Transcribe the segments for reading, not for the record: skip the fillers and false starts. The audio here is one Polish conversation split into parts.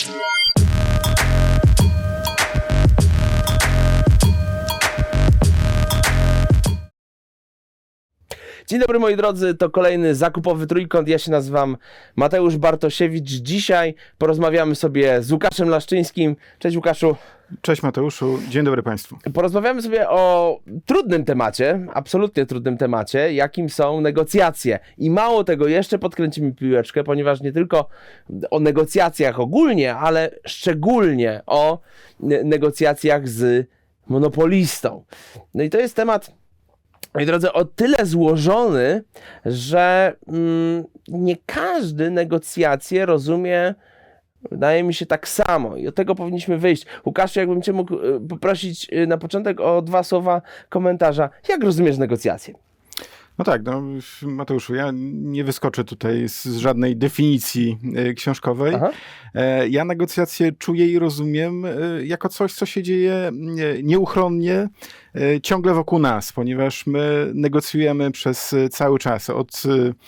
Dzień dobry moi drodzy, to kolejny zakupowy trójkąt. Ja się nazywam Mateusz Bartosiewicz. Dzisiaj porozmawiamy sobie z Łukaszem Laszczyńskim. Cześć Łukaszu. Cześć Mateuszu, dzień dobry Państwu. Porozmawiamy sobie o trudnym temacie, absolutnie trudnym temacie, jakim są negocjacje. I mało tego, jeszcze podkręcimy piłeczkę, ponieważ nie tylko o negocjacjach ogólnie, ale szczególnie o negocjacjach z monopolistą. No i to jest temat, moi drodzy, o tyle złożony, że nie każdy negocjacje rozumie, wydaje mi się, tak samo i od tego powinniśmy wyjść. Łukaszu, jakbym Cię mógł poprosić na początek o 2 słowa komentarza. Jak rozumiesz negocjacje? No tak, no Mateuszu, ja nie wyskoczę tutaj z żadnej definicji książkowej. Aha. Ja negocjacje czuję i rozumiem jako coś, co się dzieje nieuchronnie ciągle wokół nas, ponieważ my negocjujemy przez cały czas od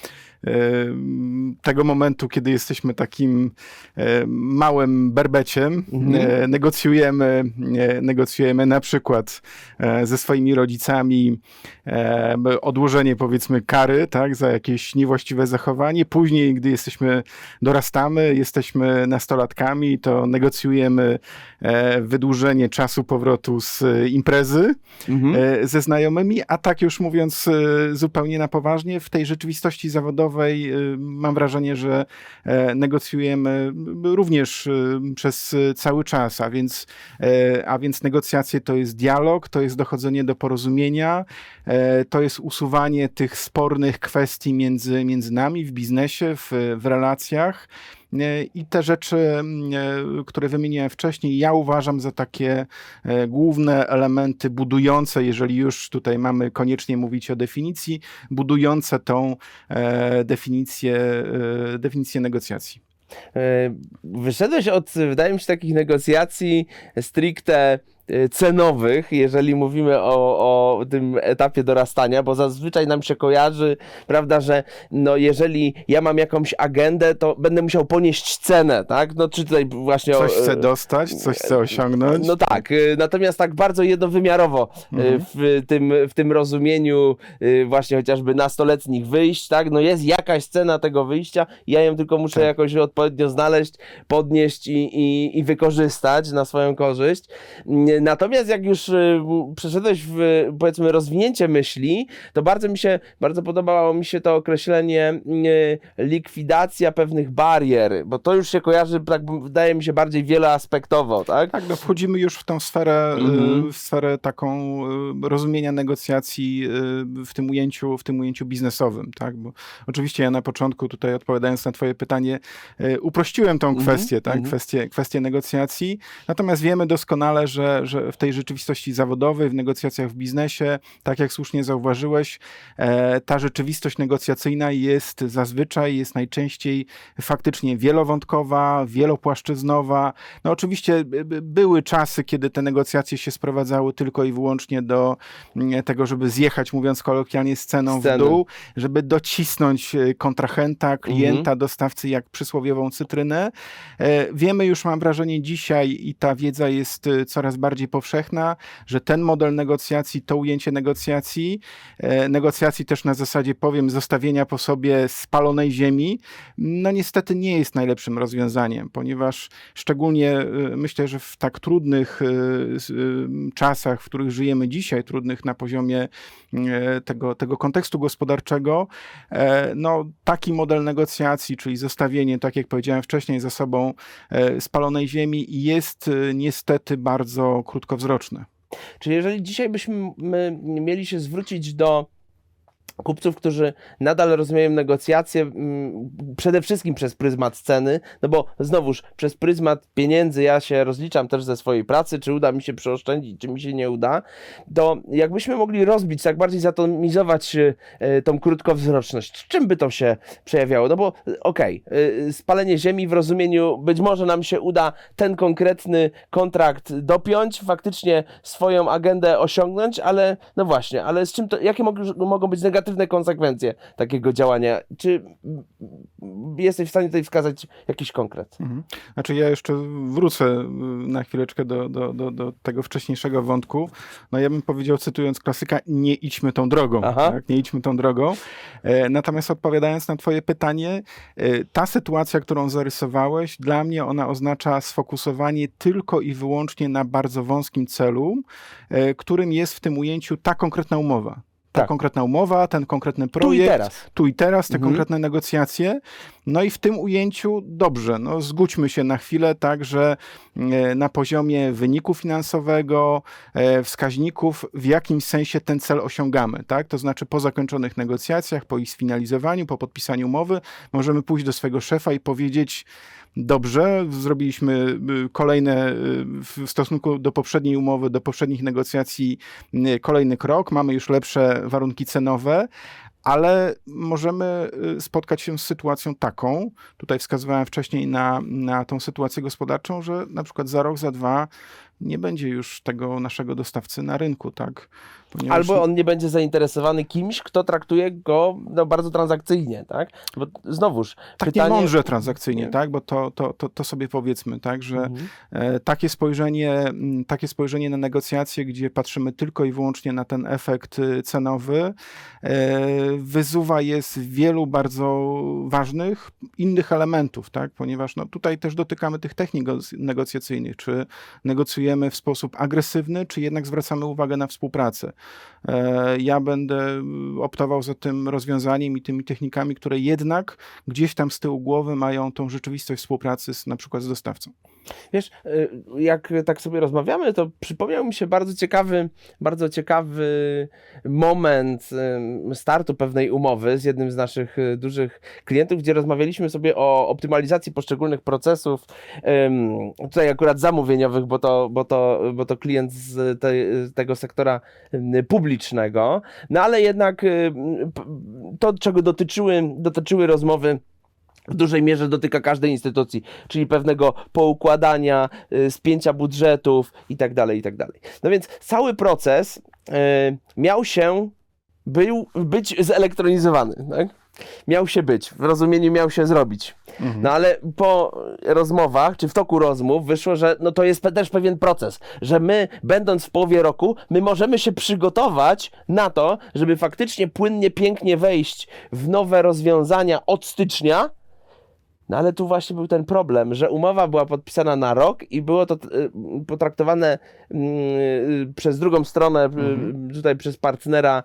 tego momentu, kiedy jesteśmy takim małym berbeciem, negocjujemy na przykład ze swoimi rodzicami odłożenie, powiedzmy, kary, tak, za jakieś niewłaściwe zachowanie. Później, gdy dorastamy, jesteśmy nastolatkami, to negocjujemy wydłużenie czasu powrotu z imprezy ze znajomymi, a tak już mówiąc zupełnie na poważnie, w tej rzeczywistości zawodowej mam wrażenie, że negocjujemy również przez cały czas, a więc negocjacje to jest dialog, to jest dochodzenie do porozumienia, to jest usuwanie tych spornych kwestii między nami w biznesie, w relacjach. I te rzeczy, które wymieniłem wcześniej, ja uważam za takie główne elementy budujące, jeżeli już tutaj mamy koniecznie mówić o definicji, budujące tą definicję negocjacji. Wyszedłeś od, wydaje mi się, takich negocjacji stricte cenowych, jeżeli mówimy o tym etapie dorastania, bo zazwyczaj nam się kojarzy, prawda, że no jeżeli ja mam jakąś agendę, to będę musiał ponieść cenę, tak? No czy tutaj właśnie... Coś chcę dostać, coś chcę osiągnąć. No tak, natomiast tak bardzo jednowymiarowo w tym rozumieniu właśnie chociażby nastoletnich wyjść, tak? No jest jakaś cena tego wyjścia, ja ją tylko muszę jakoś odpowiednio znaleźć, podnieść i wykorzystać na swoją korzyść. Natomiast jak już przeszedłeś w, powiedzmy, rozwinięcie myśli, to bardzo podobało mi się to określenie likwidacja pewnych barier, bo to już się kojarzy, tak wydaje mi się, bardziej wieloaspektowo, tak? Tak, no wchodzimy już w tą sferę, w sferę taką rozumienia negocjacji w tym ujęciu biznesowym, tak? Bo oczywiście ja na początku tutaj, odpowiadając na twoje pytanie, uprościłem tą kwestię, tak? Kwestię negocjacji, natomiast wiemy doskonale, że w tej rzeczywistości zawodowej, w negocjacjach w biznesie, tak jak słusznie zauważyłeś, ta rzeczywistość negocjacyjna jest najczęściej faktycznie wielowątkowa, wielopłaszczyznowa. No oczywiście były czasy, kiedy te negocjacje się sprowadzały tylko i wyłącznie do tego, żeby zjechać, mówiąc kolokwialnie, z ceną w dół, żeby docisnąć kontrahenta, klienta, dostawcy jak przysłowiową cytrynę. Wiemy już, mam wrażenie, dzisiaj i ta wiedza jest coraz bardziej powszechna, że ten model negocjacji, to ujęcie negocjacji też na zasadzie, powiem, zostawienia po sobie spalonej ziemi, no niestety nie jest najlepszym rozwiązaniem, ponieważ szczególnie myślę, że w tak trudnych czasach, w których żyjemy dzisiaj, trudnych na poziomie tego kontekstu gospodarczego, no taki model negocjacji, czyli zostawienie, tak jak powiedziałem wcześniej, za sobą spalonej ziemi, jest niestety bardzo krótkowzroczne. Czyli jeżeli dzisiaj byśmy mieli się zwrócić do kupców, którzy nadal rozumieją negocjacje przede wszystkim przez pryzmat ceny, no bo znowuż przez pryzmat pieniędzy ja się rozliczam też ze swojej pracy, czy uda mi się przeoszczędzić, czy mi się nie uda, to jakbyśmy mogli rozbić, tak bardziej zatomizować tą krótkowzroczność, czym by to się przejawiało? No bo spalenie ziemi w rozumieniu, być może nam się uda ten konkretny kontrakt dopiąć, faktycznie swoją agendę osiągnąć, ale no właśnie, ale z czym to, jakie mogą być negatywne negatywne konsekwencje takiego działania. Czy jesteś w stanie tutaj wskazać jakiś konkret? Znaczy ja jeszcze wrócę na chwileczkę do tego wcześniejszego wątku. No ja bym powiedział, cytując klasyka, nie idźmy tą drogą. Tak? Nie idźmy tą drogą. Natomiast odpowiadając na twoje pytanie, ta sytuacja, którą zarysowałeś, dla mnie ona oznacza sfokusowanie tylko i wyłącznie na bardzo wąskim celu, którym jest w tym ujęciu ta konkretna umowa. Ta konkretna umowa, ten konkretny projekt, tu i teraz te konkretne negocjacje. No i w tym ujęciu dobrze, no zgódźmy się na chwilę, tak, że na poziomie wyniku finansowego, wskaźników w jakimś sensie ten cel osiągamy, tak? To znaczy po zakończonych negocjacjach, po ich sfinalizowaniu, po podpisaniu umowy możemy pójść do swojego szefa i powiedzieć: dobrze, zrobiliśmy kolejne w stosunku do poprzedniej umowy, do poprzednich negocjacji kolejny krok, mamy już lepsze warunki cenowe, ale możemy spotkać się z sytuacją taką, tutaj wskazywałem wcześniej na tą sytuację gospodarczą, że na przykład za rok, za dwa nie będzie już tego naszego dostawcy na rynku, tak? Ponieważ... Albo on nie będzie zainteresowany kimś, kto traktuje go bardzo transakcyjnie, tak? Bo znowuż tak pytanie... nie mądrze transakcyjnie, tak? Bo to sobie powiedzmy, tak? Że takie spojrzenie na negocjacje, gdzie patrzymy tylko i wyłącznie na ten efekt cenowy, wyzuwa je z wielu bardzo ważnych innych elementów, tak? Ponieważ no, tutaj też dotykamy tych technik negocjacyjnych, czy negocjujemy w sposób agresywny, czy jednak zwracamy uwagę na współpracę. Ja będę optował za tym rozwiązaniem i tymi technikami, które jednak gdzieś tam z tyłu głowy mają tą rzeczywistość współpracy na przykład z dostawcą. Wiesz, jak tak sobie rozmawiamy, to przypomniał mi się bardzo ciekawy moment startu pewnej umowy z jednym z naszych dużych klientów, gdzie rozmawialiśmy sobie o optymalizacji poszczególnych procesów, tutaj akurat zamówieniowych, bo to klient z tego sektora publicznego, no ale jednak to, czego dotyczyły rozmowy, w dużej mierze dotyka każdej instytucji, czyli pewnego poukładania, spięcia budżetów i tak dalej, i tak dalej. No więc cały proces miał być zelektronizowany, tak? Miał się być, w rozumieniu miał się zrobić. No ale po rozmowach, czy w toku rozmów wyszło, że no to jest też pewien proces, że my, będąc w połowie roku, my możemy się przygotować na to, żeby faktycznie płynnie, pięknie wejść w nowe rozwiązania od stycznia. No ale tu właśnie był ten problem, że umowa była podpisana na rok i było to potraktowane przez drugą stronę, tutaj przez partnera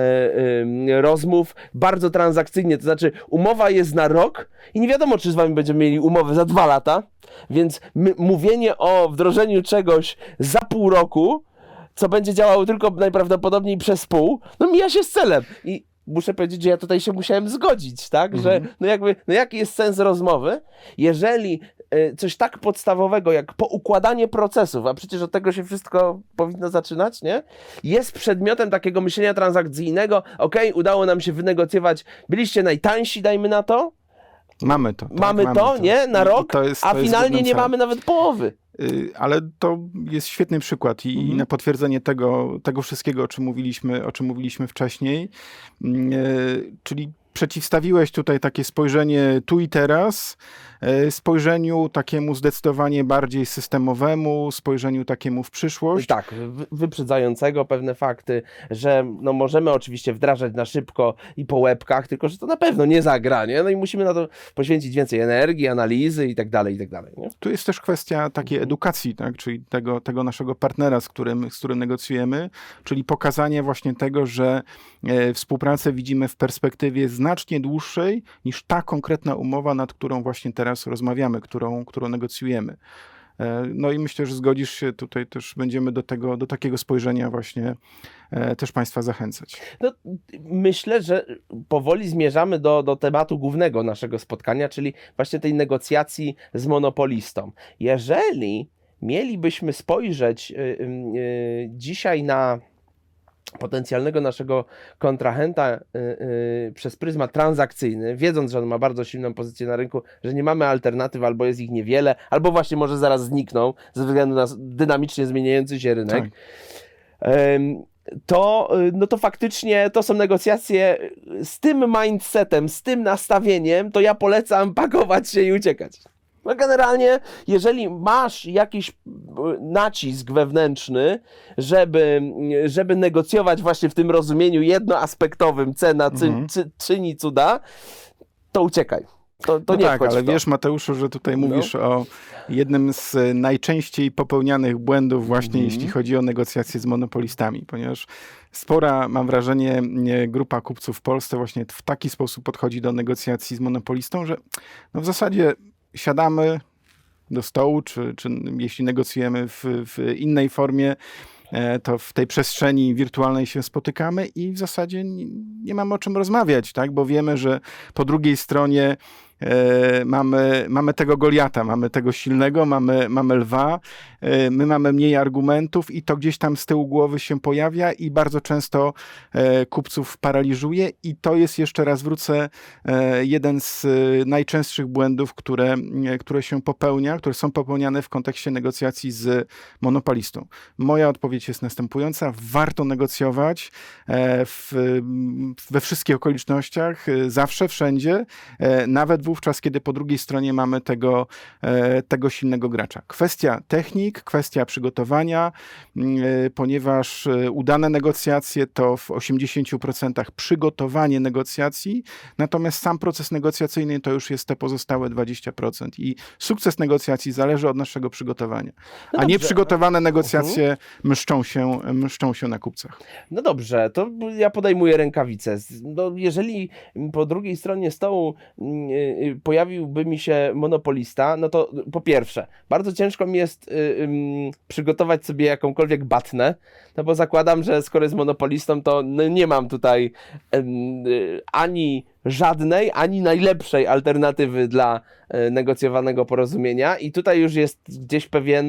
rozmów, bardzo transakcyjnie. To znaczy umowa jest na rok i nie wiadomo, czy z wami będziemy mieli umowę za 2 lata, więc mówienie o wdrożeniu czegoś za pół roku, co będzie działało tylko najprawdopodobniej przez pół, no mija się z celem. I muszę powiedzieć, że ja tutaj się musiałem zgodzić, tak? Że jaki jest sens rozmowy, jeżeli coś tak podstawowego jak poukładanie procesów, a przecież od tego się wszystko powinno zaczynać, nie? Jest przedmiotem takiego myślenia transakcyjnego, udało nam się wynegocjować, byliście najtańsi, dajmy na to. Mamy to. Tak, mamy to, nie? Na rok, a finalnie nie mamy nawet połowy. Ale to jest świetny przykład i na potwierdzenie tego wszystkiego, o czym mówiliśmy wcześniej, czyli przeciwstawiłeś tutaj takie spojrzenie tu i teraz, spojrzeniu takiemu zdecydowanie bardziej systemowemu, spojrzeniu takiemu w przyszłość. Tak, wyprzedzającego pewne fakty, że no możemy oczywiście wdrażać na szybko i po łebkach, tylko że to na pewno nie zagra, nie? No i musimy na to poświęcić więcej energii, analizy i tak dalej, nie? Tu jest też kwestia takiej edukacji, tak? Czyli tego naszego partnera, z którym negocjujemy, czyli pokazanie właśnie tego, że współpracę widzimy w perspektywie znacznie dłuższej niż ta konkretna umowa, nad którą właśnie teraz rozmawiamy, którą negocjujemy. No i myślę, że zgodzisz się, tutaj też będziemy do takiego spojrzenia właśnie też Państwa zachęcać. No, myślę, że powoli zmierzamy do tematu głównego naszego spotkania, czyli właśnie tej negocjacji z monopolistą. Jeżeli mielibyśmy spojrzeć dzisiaj na potencjalnego naszego kontrahenta przez pryzmat transakcyjny, wiedząc, że on ma bardzo silną pozycję na rynku, że nie mamy alternatyw, albo jest ich niewiele, albo właśnie może zaraz znikną ze względu na dynamicznie zmieniający się rynek. Tak. no to faktycznie to są negocjacje z tym mindsetem, z tym nastawieniem, to ja polecam pakować się i uciekać. No generalnie, jeżeli masz jakiś nacisk wewnętrzny, żeby negocjować właśnie w tym rozumieniu jednoaspektowym, cena czyni cuda, to uciekaj. To No nie tak, wchodź ale w to. wiesz, Mateuszu, że tutaj mówisz o jednym z najczęściej popełnianych błędów właśnie jeśli chodzi o negocjacje z monopolistami, ponieważ spora, mam wrażenie, grupa kupców w Polsce właśnie w taki sposób podchodzi do negocjacji z monopolistą, że no w zasadzie siadamy do stołu, czy jeśli negocjujemy w innej formie, to w tej przestrzeni wirtualnej się spotykamy i w zasadzie nie mamy o czym rozmawiać, tak? Bo wiemy, że po drugiej stronie mamy tego Goliata, mamy tego silnego, mamy lwa, my mamy mniej argumentów i to gdzieś tam z tyłu głowy się pojawia i bardzo często kupców paraliżuje i to jest, jeszcze raz wrócę, jeden z najczęstszych błędów, które się popełnia, które są popełniane w kontekście negocjacji z monopolistą. Moja odpowiedź jest następująca. Warto negocjować we wszystkich okolicznościach, zawsze, wszędzie, nawet wówczas, kiedy po drugiej stronie mamy tego silnego gracza. Kwestia technik, kwestia przygotowania, ponieważ udane negocjacje to w 80% przygotowanie negocjacji, natomiast sam proces negocjacyjny to już jest te pozostałe 20% i sukces negocjacji zależy od naszego przygotowania. No a dobrze. nieprzygotowane negocjacje mszczą się na kupcach. No dobrze, to ja podejmuję rękawice. No, jeżeli po drugiej stronie stołu pojawiłby mi się monopolista, no to po pierwsze, bardzo ciężko mi jest przygotować sobie jakąkolwiek batnę, no bo zakładam, że skoro jest monopolistą, to no, nie mam tutaj ani żadnej, ani najlepszej alternatywy dla negocjowanego porozumienia i tutaj już jest gdzieś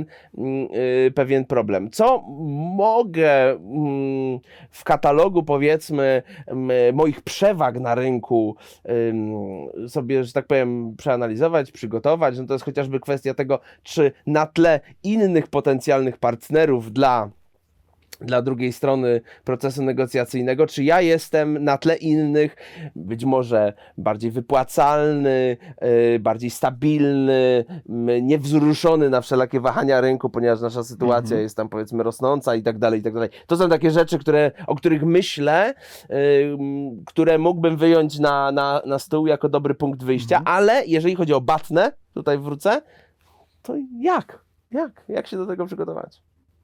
pewien problem. Co mogę w katalogu, powiedzmy, moich przewag na rynku sobie, że tak powiem, przeanalizować, przygotować, no to jest chociażby kwestia tego, czy na tle innych potencjalnych partnerów dla drugiej strony procesu negocjacyjnego, czy ja jestem na tle innych, być może bardziej wypłacalny, bardziej stabilny, niewzruszony na wszelakie wahania rynku, ponieważ nasza sytuacja jest tam, powiedzmy, rosnąca i tak dalej, i tak dalej. To są takie rzeczy, o których myślę, które mógłbym wyjąć na stół jako dobry punkt wyjścia, ale jeżeli chodzi o batnę, tutaj wrócę, to jak się do tego przygotować?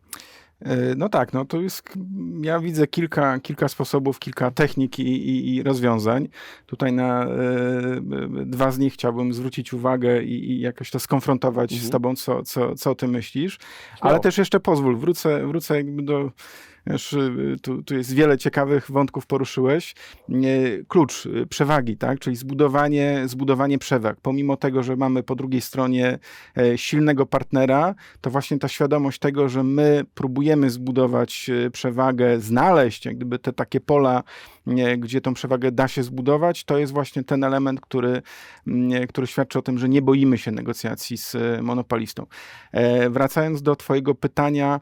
No tak, no to jest, ja widzę kilka sposobów, kilka technik i rozwiązań. Tutaj na dwa z nich chciałbym zwrócić uwagę i jakoś to skonfrontować z tobą, co ty myślisz. Ale też jeszcze pozwól, wrócę jakby do... Wiesz, tu jest wiele ciekawych wątków, poruszyłeś. Klucz przewagi, tak? Czyli zbudowanie przewag. Pomimo tego, że mamy po drugiej stronie silnego partnera, to właśnie ta świadomość tego, że my próbujemy zbudować przewagę, znaleźć jak gdyby te takie pola, gdzie tą przewagę da się zbudować, to jest właśnie ten element, który świadczy o tym, że nie boimy się negocjacji z monopolistą. Wracając do twojego pytania,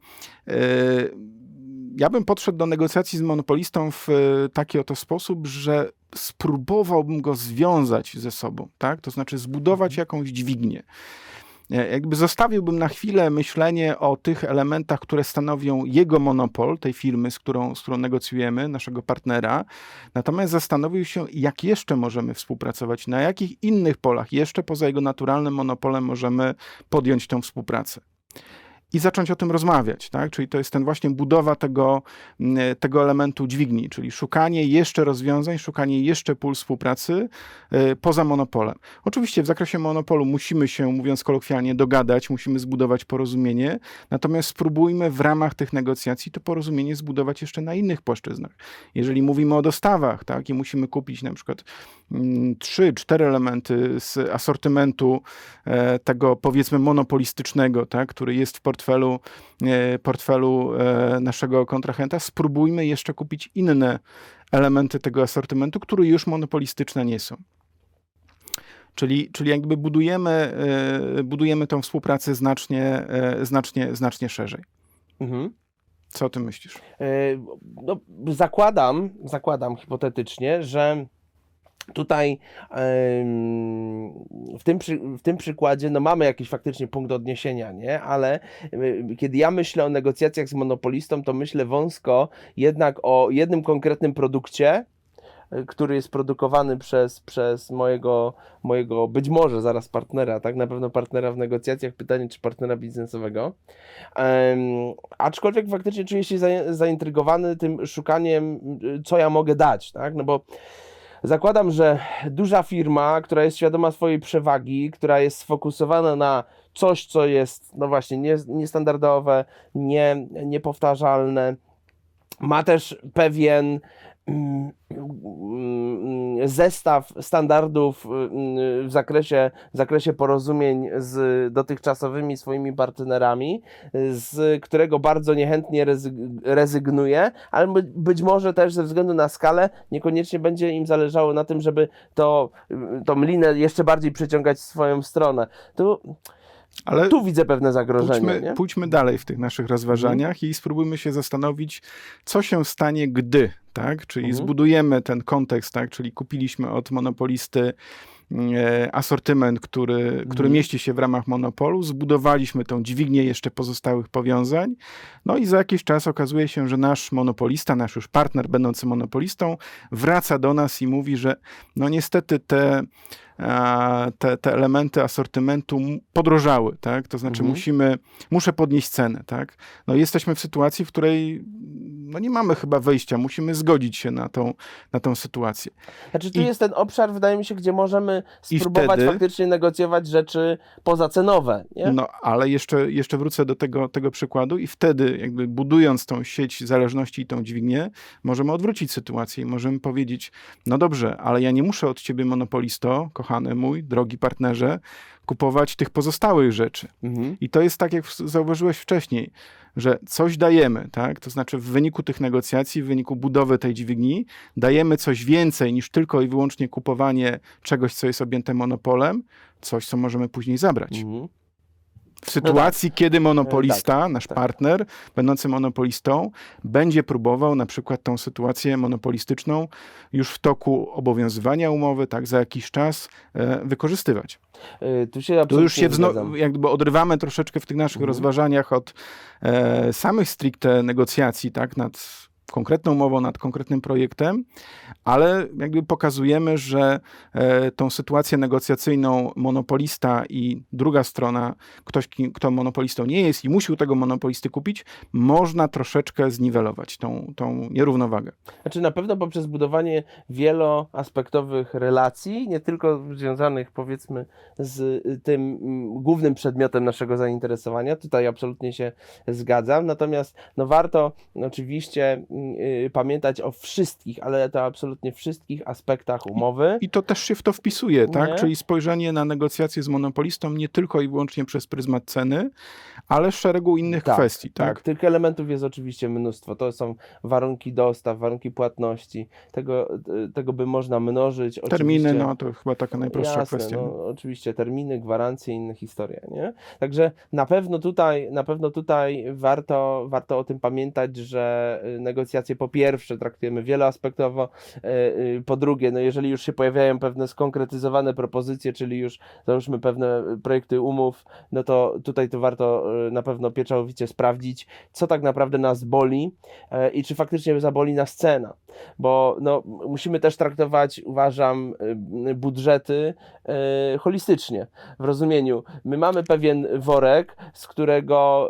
ja bym podszedł do negocjacji z monopolistą w taki oto sposób, że spróbowałbym go związać ze sobą, tak? To znaczy zbudować jakąś dźwignię. Jakby zostawiłbym na chwilę myślenie o tych elementach, które stanowią jego monopol, tej firmy, z którą negocjujemy, naszego partnera. Natomiast zastanowił się, jak jeszcze możemy współpracować, na jakich innych polach jeszcze poza jego naturalnym monopolem możemy podjąć tę współpracę. I zacząć o tym rozmawiać, tak? Czyli to jest ten właśnie budowa tego elementu dźwigni, czyli szukanie jeszcze rozwiązań, szukanie jeszcze pól współpracy poza monopolem. Oczywiście w zakresie monopolu musimy się, mówiąc kolokwialnie, dogadać, musimy zbudować porozumienie, natomiast spróbujmy w ramach tych negocjacji to porozumienie zbudować jeszcze na innych płaszczyznach. Jeżeli mówimy o dostawach, tak? I musimy kupić na przykład 3-4 elementy z asortymentu tego, powiedzmy, monopolistycznego, tak? Który jest w portfelu naszego kontrahenta, spróbujmy jeszcze kupić inne elementy tego asortymentu, które już monopolistyczne nie są. Czyli jakby budujemy tą współpracę znacznie szerzej. Co o tym myślisz? No, zakładam hipotetycznie, że tutaj w tym przykładzie no mamy jakiś faktycznie punkt odniesienia, nie? Ale kiedy ja myślę o negocjacjach z monopolistą, to myślę wąsko jednak o jednym konkretnym produkcie, który jest produkowany przez mojego być może zaraz partnera, tak? Na pewno partnera w negocjacjach, pytanie czy partnera biznesowego. Aczkolwiek faktycznie czuję się zaintrygowany tym szukaniem, co ja mogę dać, tak? No bo zakładam, że duża firma, która jest świadoma swojej przewagi, która jest sfokusowana na coś, co jest, no właśnie, niestandardowe, niepowtarzalne, ma też pewien zestaw standardów w zakresie porozumień z dotychczasowymi swoimi partnerami, z którego bardzo niechętnie rezygnuje, ale być może też ze względu na skalę niekoniecznie będzie im zależało na tym, żeby tą linę jeszcze bardziej przyciągać w swoją stronę. Ale tu widzę pewne zagrożenie. Pójdźmy dalej w tych naszych rozważaniach i spróbujmy się zastanowić, co się stanie, gdy, tak? Czyli zbudujemy ten kontekst, tak? Czyli kupiliśmy od monopolisty asortyment, który mieści się w ramach monopolu, zbudowaliśmy tą dźwignię jeszcze pozostałych powiązań, no i za jakiś czas okazuje się, że nasz monopolista, nasz już partner będący monopolistą wraca do nas i mówi, że no niestety te elementy asortymentu podrożały, tak? To znaczy muszę podnieść cenę, tak? No jesteśmy w sytuacji, w której no nie mamy chyba wyjścia, musimy zgodzić się na tą sytuację. Znaczy tu jest ten obszar, wydaje mi się, gdzie możemy spróbować faktycznie negocjować rzeczy pozacenowe, nie? No, ale jeszcze wrócę do tego przykładu i wtedy jakby budując tą sieć zależności i tą dźwignię, możemy odwrócić sytuację i możemy powiedzieć, no dobrze, ale ja nie muszę od ciebie, monopolisto, kochany mój, drogi partnerze, kupować tych pozostałych rzeczy. I to jest tak, jak zauważyłeś wcześniej, że coś dajemy, tak? To znaczy w wyniku tych negocjacji, w wyniku budowy tej dźwigni dajemy coś więcej niż tylko i wyłącznie kupowanie czegoś, co jest objęte monopolem, coś, co możemy później zabrać. W sytuacji, kiedy monopolista, nasz partner, będący monopolistą, będzie próbował na przykład tą sytuację monopolistyczną już w toku obowiązywania umowy, tak, za jakiś czas wykorzystywać. Tu już się jakby odrywamy troszeczkę w tych naszych rozważaniach od samych stricte negocjacji, tak, nad konkretną umową, nad konkretnym projektem, ale jakby pokazujemy, że tą sytuację negocjacyjną monopolista i druga strona, ktoś, kto monopolistą nie jest i musi u tego monopolisty kupić, można troszeczkę zniwelować tą nierównowagę. Znaczy na pewno poprzez budowanie wieloaspektowych relacji, nie tylko związanych powiedzmy z tym głównym przedmiotem naszego zainteresowania, tutaj absolutnie się zgadzam, natomiast no warto oczywiście pamiętać o wszystkich, ale to absolutnie wszystkich aspektach umowy. I to też się w to wpisuje, tak? Czyli spojrzenie na negocjacje z monopolistą nie tylko i wyłącznie przez pryzmat ceny, ale szeregu innych kwestii, tak? Tych elementów jest oczywiście mnóstwo. To są warunki dostaw, warunki płatności. Tego by można mnożyć. Terminy, oczywiście, no to chyba taka najprostsza kwestia. No, oczywiście terminy, gwarancje, inne historie, nie? Także na pewno tutaj warto o tym pamiętać, że negocjacje po pierwsze traktujemy wieloaspektowo, po drugie, no jeżeli już się pojawiają pewne skonkretyzowane propozycje, czyli już załóżmy pewne projekty umów, no to tutaj to warto na pewno pieczołowicie sprawdzić, co tak naprawdę nas boli i czy faktycznie zaboli nas cena, bo no, musimy też traktować, uważam, budżety holistycznie, w rozumieniu, my mamy pewien worek, z którego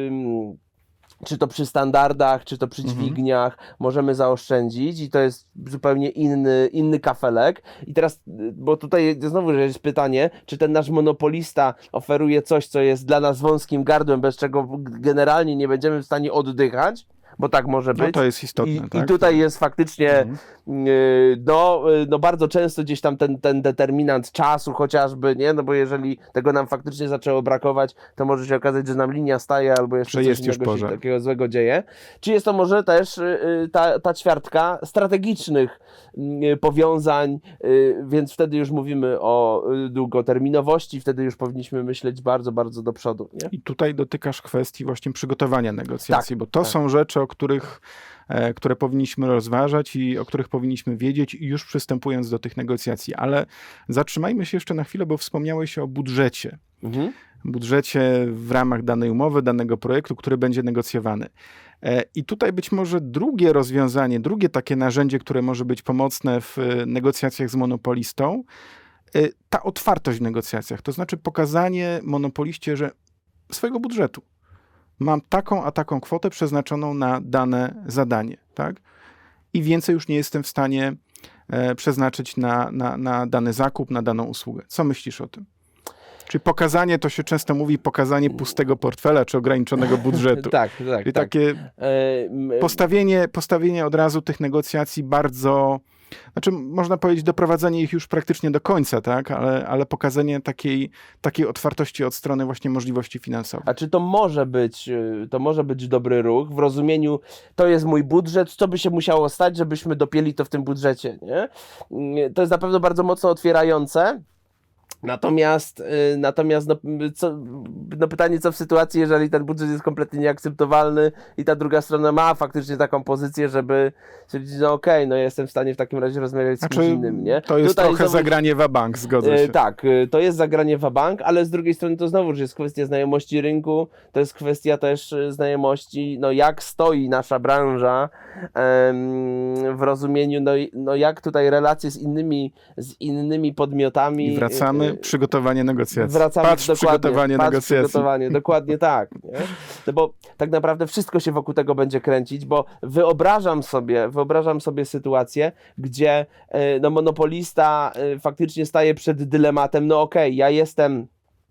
czy to przy standardach, czy to przy dźwigniach możemy zaoszczędzić i to jest zupełnie inny kafelek. I teraz, bo tutaj znowu jest pytanie, czy ten nasz monopolista oferuje coś, co jest dla nas wąskim gardłem, bez czego generalnie nie będziemy w stanie oddychać, bo tak może być. No to jest istotne. I tutaj jest faktycznie no bardzo często gdzieś tam ten determinant czasu chociażby, nie? No bo jeżeli tego nam faktycznie zaczęło brakować, to może się okazać, że nam linia staje albo jeszcze Że coś jest już innego się pożar. takiego złego dzieje. Czy jest to może też ta ćwiartka strategicznych powiązań, więc wtedy już mówimy o długoterminowości, wtedy już powinniśmy myśleć bardzo, bardzo do przodu, nie? I tutaj dotykasz kwestii właśnie przygotowania negocjacji, Tak, bo to tak. są rzeczy, które powinniśmy rozważać i o których powinniśmy wiedzieć już przystępując do tych negocjacji. Ale zatrzymajmy się jeszcze na chwilę, bo wspomniałeś o budżecie. Mhm. Budżecie w ramach danej umowy, danego projektu, który będzie negocjowany. I tutaj być może drugie rozwiązanie, drugie takie narzędzie, które może być pomocne w negocjacjach z monopolistą, ta otwartość w negocjacjach, to znaczy pokazanie monopoliście, że swojego budżetu mam taką a taką kwotę przeznaczoną na dane zadanie, tak? I więcej już nie jestem w stanie przeznaczyć na dany zakup, na daną usługę. Co myślisz o tym? Czyli pokazanie, to się często mówi, pokazanie pustego portfela czy ograniczonego budżetu. Tak. Czyli takie postawienie od razu tych negocjacji bardzo, znaczy można powiedzieć doprowadzenie ich już praktycznie do końca, tak? Ale pokazanie takiej otwartości od strony właśnie możliwości finansowych. A czy to może być dobry ruch w rozumieniu, to jest mój budżet, co by się musiało stać, żebyśmy dopięli to w tym budżecie, nie? To jest na pewno bardzo mocno otwierające. Natomiast pytanie, co w sytuacji, jeżeli ten budżet jest kompletnie nieakceptowalny i ta druga strona ma faktycznie taką pozycję, żeby stwierdzić, no okej, no ja jestem w stanie w takim razie rozmawiać z kimś innym, nie? To jest Tutaj trochę znowu, zagranie wabank, zgodzę się. Tak, to jest zagranie wabank, ale z drugiej strony to znowu jest kwestia znajomości rynku, to jest kwestia też znajomości, no jak stoi nasza branża w rozumieniu, no jak tutaj relacje z innymi podmiotami. I wracamy, przygotowanie negocjacji. Patrz przygotowanie negocjacji. Przygotowanie, dokładnie tak. Nie? No bo tak naprawdę wszystko się wokół tego będzie kręcić, bo wyobrażam sobie sytuację, gdzie no monopolista faktycznie staje przed dylematem, no okej, ja jestem,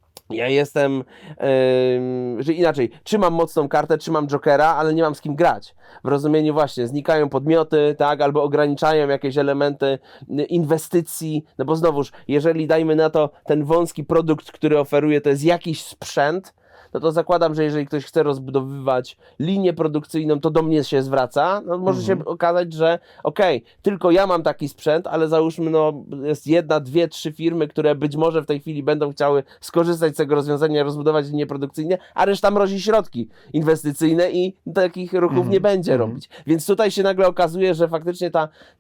że inaczej, trzymam mocną kartę, trzymam jokera, ale nie mam z kim grać. W rozumieniu właśnie, znikają podmioty, tak, albo ograniczają jakieś elementy inwestycji, no bo znowuż, jeżeli dajmy na to ten wąski produkt, który oferuje, to jest jakiś sprzęt, no to zakładam, że jeżeli ktoś chce rozbudowywać linię produkcyjną, to do mnie się zwraca. No może się okazać, że tylko ja mam taki sprzęt, ale załóżmy, no jest 1, 2, 3 firmy, które być może w tej chwili będą chciały skorzystać z tego rozwiązania, rozbudować linie produkcyjne, a reszta mrozi środki inwestycyjne i takich ruchów nie będzie robić. Więc tutaj się nagle okazuje, że faktycznie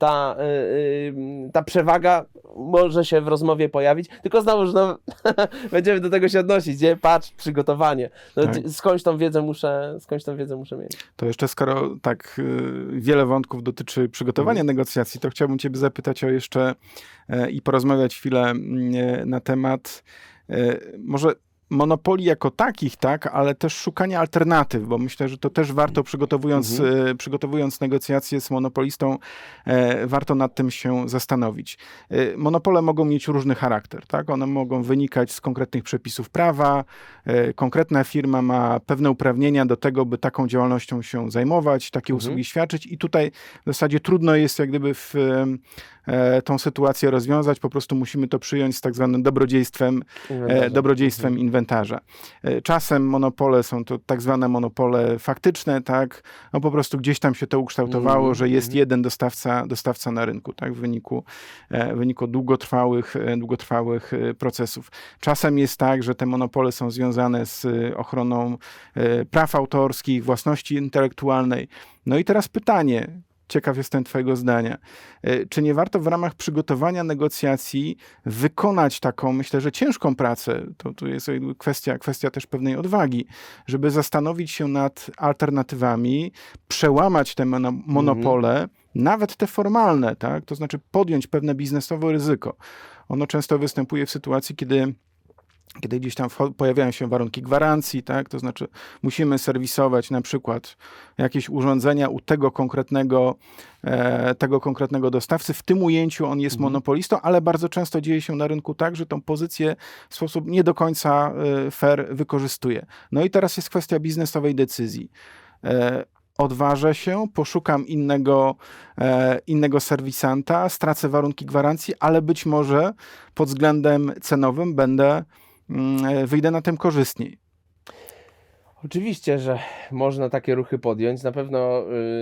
ta przewaga może się w rozmowie pojawić, tylko znowuż będziemy do tego się odnosić, nie? Patrz, przygotowanie. No, Tak. skądś tą wiedzę muszę mieć. To jeszcze skoro tak wiele wątków dotyczy przygotowania negocjacji, to chciałbym Ciebie zapytać o jeszcze i porozmawiać chwilę na temat może monopolii jako takich, tak, ale też szukania alternatyw, bo myślę, że to też warto przygotowując negocjacje z monopolistą, warto nad tym się zastanowić. Monopole mogą mieć różny charakter, tak? One mogą wynikać z konkretnych przepisów prawa, konkretna firma ma pewne uprawnienia do tego, by taką działalnością się zajmować, takie usługi świadczyć i tutaj w zasadzie trudno jest jak gdyby tą sytuację rozwiązać, po prostu musimy to przyjąć z tak zwanym dobrodziejstwem inwentarza. Czasem monopole są to tak zwane monopole faktyczne, tak, no po prostu gdzieś tam się to ukształtowało, że jest jeden dostawca na rynku, tak, w wyniku długotrwałych procesów. Czasem jest tak, że te monopole są związane z ochroną praw autorskich, własności intelektualnej. No i teraz pytanie, ciekaw jestem Twojego zdania. Czy nie warto w ramach przygotowania negocjacji wykonać taką, myślę, że ciężką pracę, to jest kwestia też pewnej odwagi, żeby zastanowić się nad alternatywami, przełamać te monopole, nawet te formalne, tak? To znaczy podjąć pewne biznesowe ryzyko. Ono często występuje w sytuacji, kiedy gdzieś tam pojawiają się warunki gwarancji, tak? To znaczy musimy serwisować na przykład jakieś urządzenia u tego konkretnego dostawcy. W tym ujęciu on jest monopolistą, ale bardzo często dzieje się na rynku tak, że tą pozycję w sposób nie do końca fair wykorzystuje. No i teraz jest kwestia biznesowej decyzji. odważę się, poszukam innego serwisanta, stracę warunki gwarancji, ale być może pod względem cenowym wyjdę na tym korzystniej. Oczywiście, że można takie ruchy podjąć. Na pewno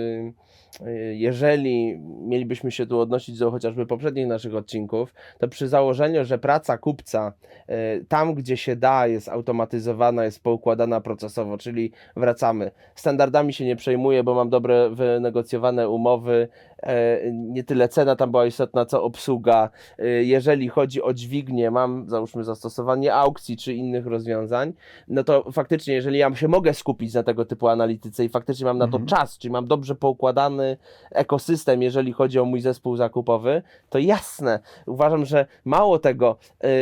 jeżeli mielibyśmy się tu odnosić do chociażby poprzednich naszych odcinków, to przy założeniu, że praca kupca tam, gdzie się da, jest automatyzowana, jest poukładana procesowo, czyli wracamy. Standardami się nie przejmuję, bo mam dobre wynegocjowane umowy, nie tyle cena tam była istotna, co obsługa. Jeżeli chodzi o dźwignię, mam załóżmy zastosowanie aukcji czy innych rozwiązań, no to faktycznie, jeżeli ja się mogę skupić na tego typu analityce i faktycznie mam na to czas, czyli mam dobrze poukładany ekosystem, jeżeli chodzi o mój zespół zakupowy, to jasne, uważam, że mało tego,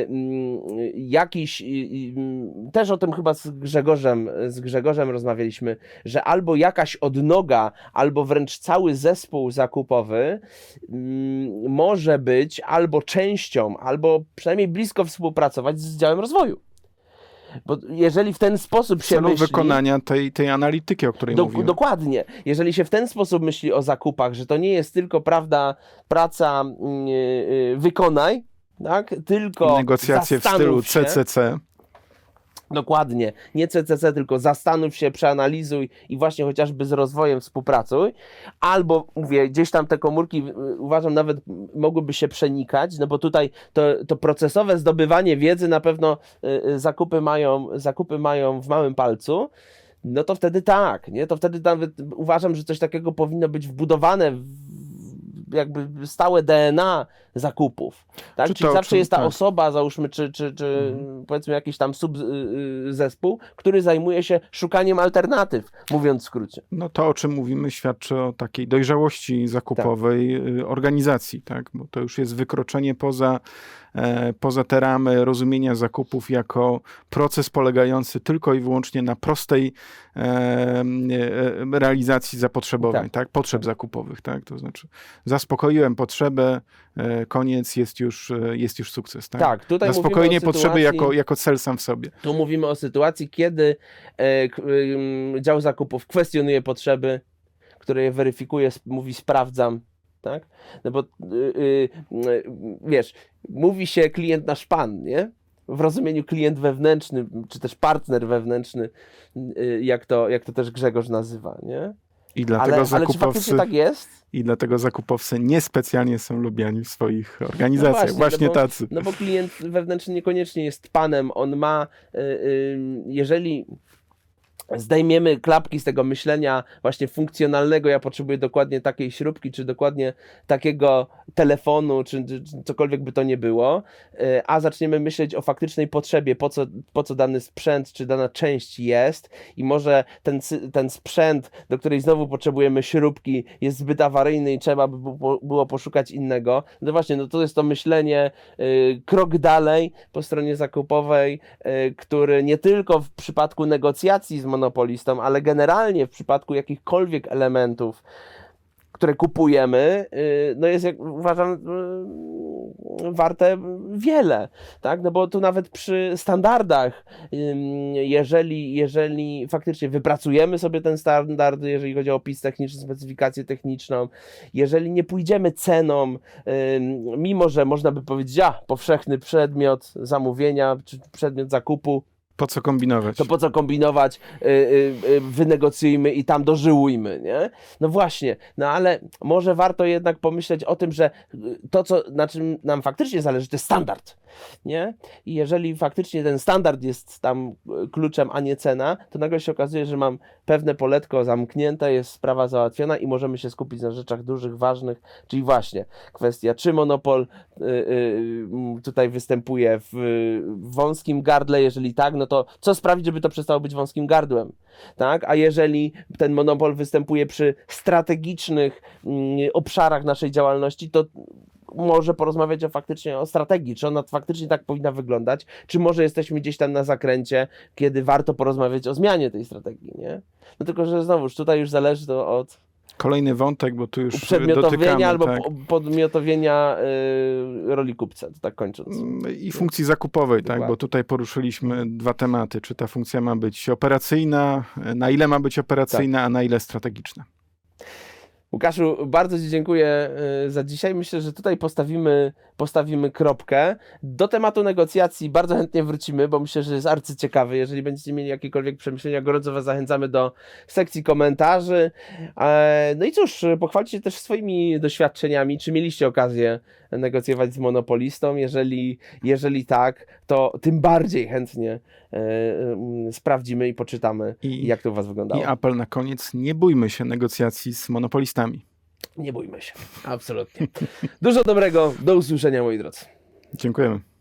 też o tym chyba z Grzegorzem rozmawialiśmy, że albo jakaś odnoga, albo wręcz cały zespół zakupowy może być albo częścią, albo przynajmniej blisko współpracować z działem rozwoju. Bo jeżeli w ten sposób W się celu myśli... wykonania tej analityki, o której mówiłem. Dokładnie. Jeżeli się w ten sposób myśli o zakupach, że to nie jest tylko, prawda, praca wykonaj, tak? Tylko negocjacje w stylu zastanów się. CCC. Dokładnie. Nie CCC, tylko zastanów się, przeanalizuj i właśnie chociażby z rozwojem współpracuj. Albo, mówię, gdzieś tam te komórki, uważam, nawet mogłyby się przenikać, no bo tutaj to procesowe zdobywanie wiedzy na pewno zakupy mają w małym palcu. No to wtedy tak, nie? To wtedy nawet uważam, że coś takiego powinno być wbudowane jakby stałe DNA zakupów, tak? Czyli zawsze jest ta osoba, załóżmy, czy powiedzmy jakiś tam subzespół, który zajmuje się szukaniem alternatyw, mówiąc w skrócie. No to, o czym mówimy, świadczy o takiej dojrzałości zakupowej organizacji, tak? Bo to już jest wykroczenie poza te ramy rozumienia zakupów jako proces polegający tylko i wyłącznie na prostej realizacji zapotrzebowań, tak? Potrzeb zakupowych, tak? To znaczy zaspokoiłem potrzebę, koniec, jest już sukces, tak? Tak, tutaj zaspokojenie mówimy o potrzeby sytuacji, jako cel sam w sobie. Tu mówimy o sytuacji, kiedy dział zakupów kwestionuje potrzeby, które je weryfikuje, mówi sprawdzam, tak? No bo wiesz, mówi się klient nasz pan, nie? W rozumieniu klient wewnętrzny, czy też partner wewnętrzny, jak to też Grzegorz nazywa, nie? I dlatego ale czy faktycznie tak jest? I dlatego zakupowcy niespecjalnie są lubiani w swoich organizacjach. No właśnie tacy. No bo klient wewnętrzny niekoniecznie jest panem, on ma, jeżeli zdejmiemy klapki z tego myślenia właśnie funkcjonalnego, ja potrzebuję dokładnie takiej śrubki, czy dokładnie takiego telefonu, czy cokolwiek by to nie było, a zaczniemy myśleć o faktycznej potrzebie, po co dany sprzęt, czy dana część jest i może ten sprzęt, do której znowu potrzebujemy śrubki, jest zbyt awaryjny i trzeba by było poszukać innego. No właśnie, no to jest to myślenie krok dalej po stronie zakupowej, który nie tylko w przypadku negocjacji z monopolistą, ale generalnie w przypadku jakichkolwiek elementów, które kupujemy, no jest, jak uważam, warte wiele, tak? No bo tu nawet przy standardach, jeżeli faktycznie wypracujemy sobie ten standard, jeżeli chodzi o opis techniczny, specyfikację techniczną, jeżeli nie pójdziemy ceną, mimo że można by powiedzieć, powszechny przedmiot zamówienia, czy przedmiot zakupu, po co kombinować? To po co kombinować, wynegocjujmy i tam dożyłujmy, nie? No właśnie, no ale może warto jednak pomyśleć o tym, że to, na czym nam faktycznie zależy, to jest standard, nie? I jeżeli faktycznie ten standard jest tam kluczem, a nie cena, to nagle się okazuje, że mam pewne poletko zamknięte, jest sprawa załatwiona i możemy się skupić na rzeczach dużych, ważnych, czyli właśnie kwestia, czy monopol tutaj występuje w wąskim gardle, jeżeli tak, no to co sprawić, żeby to przestało być wąskim gardłem, tak? A jeżeli ten monopol występuje przy strategicznych obszarach naszej działalności, to może porozmawiać faktycznie o strategii, czy ona faktycznie tak powinna wyglądać, czy może jesteśmy gdzieś tam na zakręcie, kiedy warto porozmawiać o zmianie tej strategii, nie? No tylko, że znowuż tutaj już zależy to od Kolejny wątek, bo tu już uprzedmiotowienia dotykamy, albo tak. podmiotowienia roli kupca, to tak kończąc. I funkcji zakupowej, tak, Dokładnie. bo tutaj poruszyliśmy dwa tematy. Czy ta funkcja ma być operacyjna, na ile ma być operacyjna, a na ile strategiczna. Łukaszu, bardzo Ci dziękuję za dzisiaj. Myślę, że tutaj postawimy kropkę. Do tematu negocjacji bardzo chętnie wrócimy, bo myślę, że jest arcyciekawy. Jeżeli będziecie mieli jakiekolwiek przemyślenia, gorąco Was zachęcamy do sekcji komentarzy. No i cóż, pochwalcie się też swoimi doświadczeniami. Czy mieliście okazję negocjować z monopolistą? Jeżeli tak, to tym bardziej chętnie sprawdzimy i poczytamy, jak to u Was wyglądało. I apel na koniec, nie bójmy się negocjacji z monopolistami. Nie bójmy się. Absolutnie. Dużo dobrego. Do usłyszenia, moi drodzy. Dziękujemy.